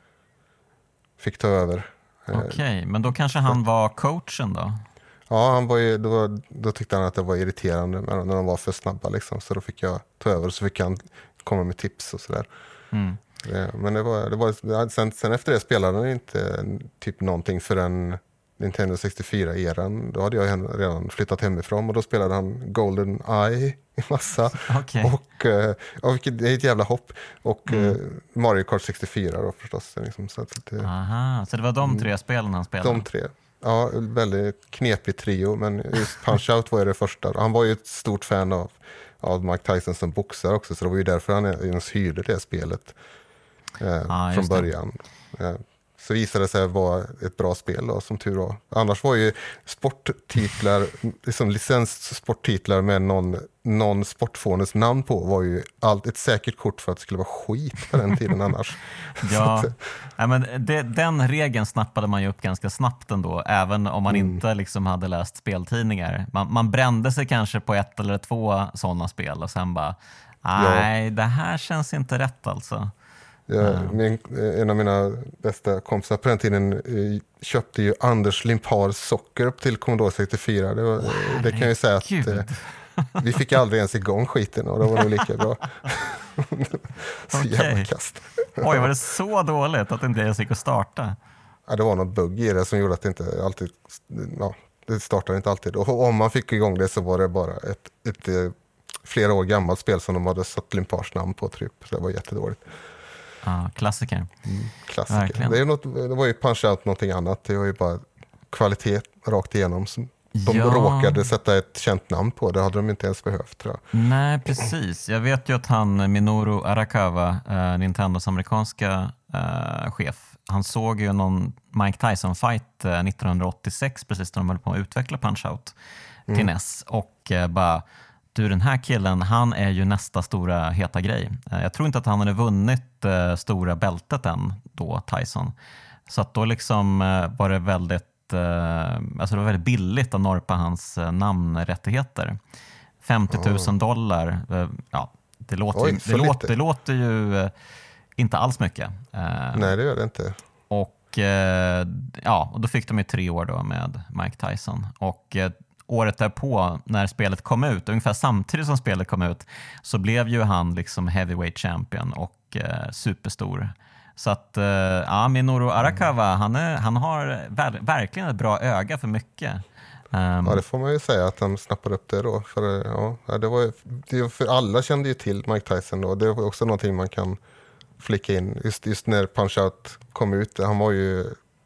ta över. Okej, men då kanske han var coachen då? Ja, han var ju, då tyckte han att det var irriterande när de var för snabba liksom. Så då fick jag ta över och så fick han komma med tips och sådär. Men det var sen efter det spelade han inte typ någonting förrän Nintendo 64-eran. Då hade jag redan flyttat hemifrån och då spelade han Golden Eye i massa. Okay. Och det är ett jävla hopp. Och Mario Kart 64 då förstås. Liksom, så det var de 3 spelen han spelade? De 3. Ja, väldigt knepig trio, men just Punch-Out var ju det första. Han var ju ett stort fan av Mike Tyson som boxare också, så det var ju därför han ens hyrde det spelet från början. Så visade det sig vara ett bra spel då, som tur var. Annars var ju sporttitlar, liksom licenssporttitlar med någon sportfånes namn på var ju ett säkert kort för att det skulle vara skit på den tiden annars. Ja, men den regeln snappade man ju upp ganska snabbt ändå, även om man inte liksom hade läst speltidningar. Man brände sig kanske på 1 eller 2 sådana spel och sen bara, nej, det här känns inte rätt alltså. En av mina bästa kompisar på den tiden köpte ju Anders Limpar socker upp till Commodore 64. Det kan jag ju säga att vi fick aldrig ens igång skiten och det var nog lika bra. Så jävla kast. Oj, var det så dåligt att det inte ens gick att starta? Ja, det var något bugg i det som gjorde att det inte alltid... Ja, det startade inte alltid. Och om man fick igång det så var det bara ett flera år gammalt spel som de hade satt Limpars namn på typ. Så det var jättedåligt. Klassiker. Klassiker. Det var ju Punch-Out någonting annat. Det var ju bara kvalitet rakt igenom. De råkade sätta ett känt namn på. Det hade de inte ens behövt, tror jag. Nej, precis. Jag vet ju att Minoru Arakawa, Nintendos amerikanska chef, han såg ju någon Mike Tyson-fight 1986, precis när de höll på att utveckla Punch-Out till NES. Och bara... den här killen, han är ju nästa stora heta grej. Jag tror inte att han hade vunnit stora bältet än då, Tyson. Så att då liksom var det väldigt, det var väldigt billigt att norpa hans namnrättigheter. $50,000. Det låter ju inte alls mycket. Nej, det gör det inte. Och och då fick de ju 3 år då med Mike Tyson. Och året därpå när spelet kom ut, ungefär samtidigt som spelet kom ut, så blev ju han liksom heavyweight champion och superstor. Så att Minoru Arakawa, han har verkligen ett bra öga för mycket. Ja, det får man ju säga att han snappade upp det då. För alla kände ju till Mike Tyson då. Det var också någonting man kan flicka in. Just när Punch-Out kom ut, han var ju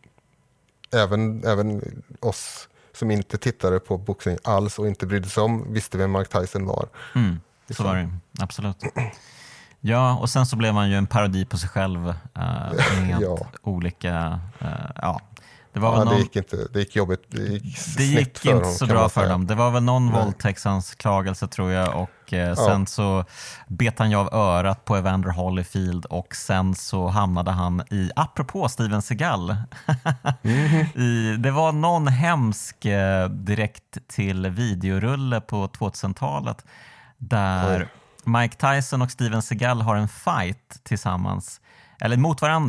även oss som inte tittade på boxning alls och inte brydde sig om, visste vem Mike Tyson var. Så var det, absolut. Ja, och sen så blev han ju en parodi på sig själv. Olika... Det var väl det gick jobbigt. Det gick inte så bra för dem. Det var väl någon våldtäktsanklagelse, tror jag, och sen så bet han ju av örat på Evander Holyfield och sen så hamnade han apropå Steven Seagal, det var någon hemsk direkt till videorulle på 2000-talet där Mike Tyson och Steven Seagal har en fight tillsammans, eller mot varandra,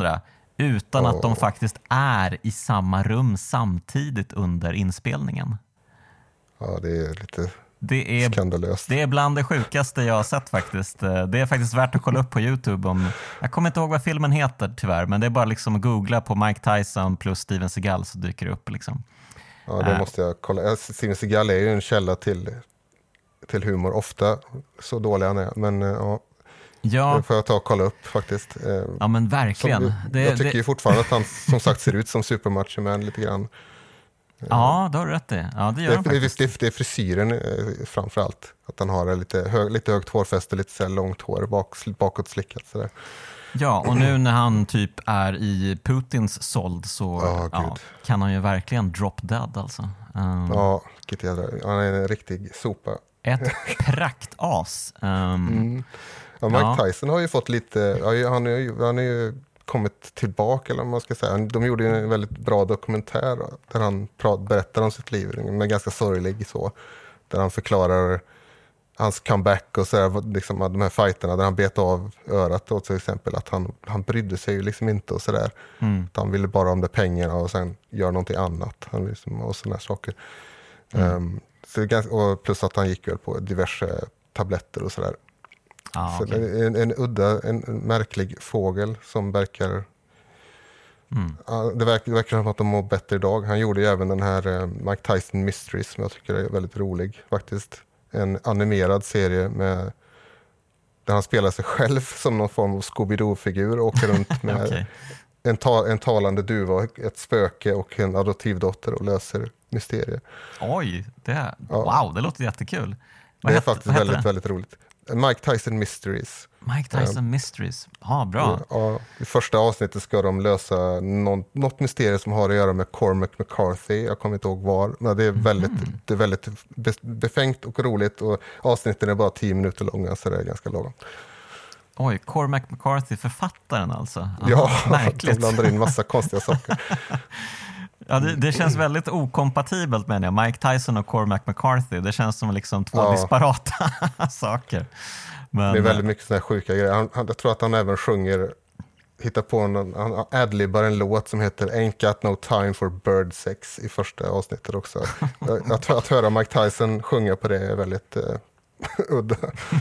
utan att de faktiskt är i samma rum samtidigt under inspelningen. Ja, det är lite skandalöst. Det är bland det sjukaste jag har sett faktiskt. Det är faktiskt värt att kolla upp på YouTube. Jag kommer inte ihåg vad filmen heter tyvärr, men det är bara liksom att googla på Mike Tyson plus Steven Seagal så dyker det upp liksom. Ja, det måste jag kolla. Steven Seagal är ju en källa till humor, ofta så dålig han är, men ja. Det får jag ta och kolla upp faktiskt. Ja, men verkligen. Jag tycker ju fortfarande att han som sagt ser ut som Supermacho-man lite grann. Ja, det har du rätt i. Ja, det gör han faktiskt. Det är frisyren framför allt. Att han har lite högt hårfäste, lite så här långt hår bakåt slickat. Så där. Ja, och nu när han typ är i Putins såld så kan han ju verkligen drop dead alltså. Ja, vilket jädra. Han är en riktig sopa. Ett praktas. Ja, Mike Tyson har ju fått lite, han har ju kommit tillbaka, eller vad man ska säga. De gjorde ju en väldigt bra dokumentär där han berättar om sitt liv, men ganska sorglig så. Där han förklarar hans comeback och så där, liksom, de här fighterna där han bet av örat då, till exempel, att han brydde sig ju liksom inte och sådär. Han ville bara om de pengarna och sen göra någonting annat och sådana saker. Och plus att han gick väl på diverse tabletter och sådär. Så det är en märklig fågel som verkar det verkar som att de mår bättre idag. Han gjorde ju även den här Mike Tyson Mysteries som jag tycker är väldigt rolig faktiskt. En animerad serie där han spelar sig själv som någon form av Scooby-Doo-figur och åker runt med en talande duva, ett spöke och en adoptivdotter och löser mysterier. Oj, wow, det låter jättekul. Det är faktiskt väldigt, väldigt roligt. Mike Tyson Mysteries. Mike Tyson Mysteries. Ja, bra. Ja, i första avsnittet ska de lösa något mysterium som har att göra med Cormac McCarthy. Jag kommer inte ihåg var. Men det är väldigt befängt och roligt. Och avsnitten är bara 10 minuter långa, så det är ganska långt. Oj, Cormac McCarthy, författaren alltså. Aha, ja, märkligt. De blandar in massa konstiga saker. Ja, det känns väldigt okompatibelt med det. Mike Tyson och Cormac McCarthy. Det känns som liksom två disparata saker. Men, det är väldigt mycket sådana här sjuka grejer. Jag tror att han även hittar på han adlibbar en låt som heter Ain't Got No Time for Bird Sex i första avsnittet också. Att höra Mike Tyson sjunga på det är väldigt udda.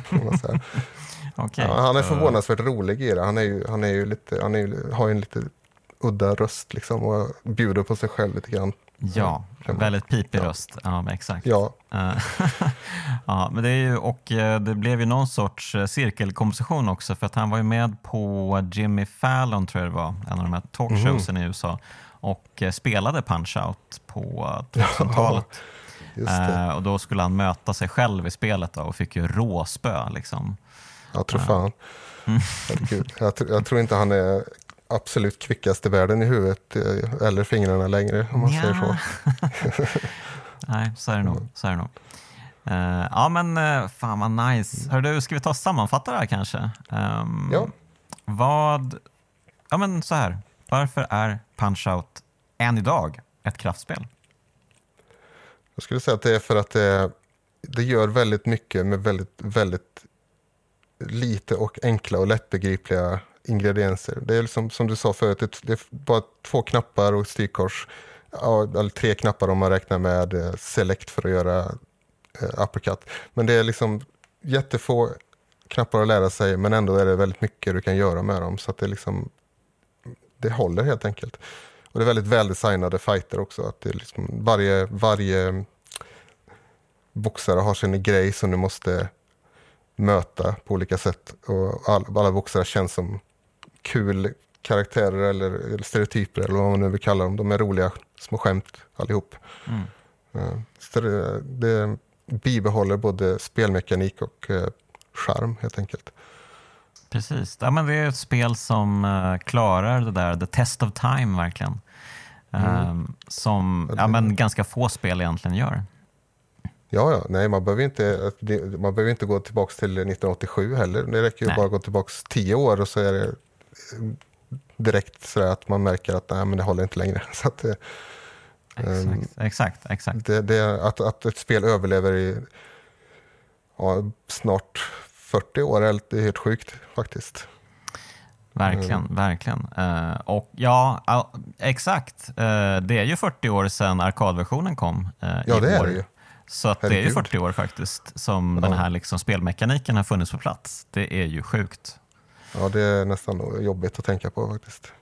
Okay. Han är förvånansvärt rolig i det. Han har ju en lite udda röst liksom, och bjuder på sig själv lite grann. Ja, väldigt pipig röst. Ja, exakt. Ja. Ja, men det är ju, och det blev ju någon sorts cirkelkomposition också, för att han var ju med på Jimmy Fallon, tror jag det var, en av de här talkshowsen i USA, och spelade Punch-Out på 2000-talet. Och då skulle han möta sig själv i spelet då, och fick ju råspö liksom. Jag tror fan. Jag tror inte han är absolut kvickast i världen i huvudet eller fingrarna längre, om man säger så. Nej, så är det nog. Ja, men fan vad nice. Hör du, ska vi ta och sammanfatta det här kanske? Ja, men så här. Varför är Punch-Out än idag ett kraftspel? Jag skulle säga att det är för att det gör väldigt mycket med väldigt, väldigt lite och enkla och lättbegripliga ingredienser. Det är liksom, som du sa förut, det är bara 2 knappar och styrkors. Eller 3 knappar om man räknar med select för att göra uppercut. Men det är liksom jättefå knappar att lära sig, men ändå är det väldigt mycket du kan göra med dem. Så att det håller helt enkelt. Och det är väldigt väldesignade fighter också. Att det är liksom varje boxare har sin grej som du måste möta på olika sätt. Och alla boxare känns som kul karaktärer eller stereotyper eller vad man nu vill kalla dem. De är roliga små skämt allihop. Så det bibehåller både spelmekanik och charm helt enkelt. Precis. Ja, men det är ett spel som klarar det där, the test of time verkligen. Som men ganska få spel egentligen gör. Ja, nej, man behöver inte gå tillbaka till 1987 heller. Det räcker ju bara att gå tillbaka 10 år och så är det direkt så att man märker att nej, men det håller inte längre. Så att Exakt. Att ett spel överlever i snart 40 år är helt sjukt faktiskt. Verkligen. Och ja, exakt. Det är ju 40 år sedan arkadversionen kom i det är år. det ju. Så att det är ju 40 år faktiskt som den här liksom spelmekaniken har funnits på plats. Det är ju sjukt. Ja, det är nästan jobbigt att tänka på faktiskt.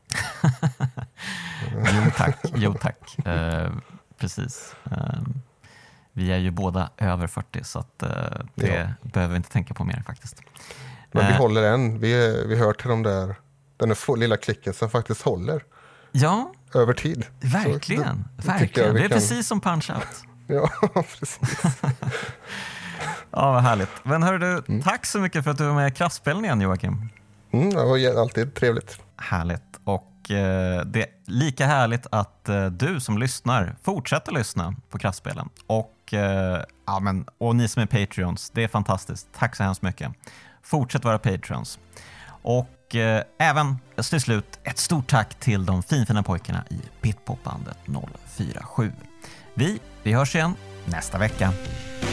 Jo tack. Precis. Vi är ju båda över 40 så att det behöver vi inte tänka på mer faktiskt. Men vi håller än. Vi hör till den där lilla klicken som faktiskt håller. Ja. Över tid. Verkligen. Verkligen. Det är precis som Punch-Out. Ja, precis. Ja, vad härligt. Men hör du, tack så mycket för att du var med i Kraftspelen igen, Joakim. Det var alltid trevligt. Härligt. Och det är lika härligt att du som lyssnar fortsätter lyssna på Kraftspelen. Och ni som är Patreons, det är fantastiskt. Tack så hemskt mycket. Fortsätt vara Patreons. Och även till slut ett stort tack till de finfina pojkarna i Bitpopbandet 047. Vi hörs igen nästa vecka.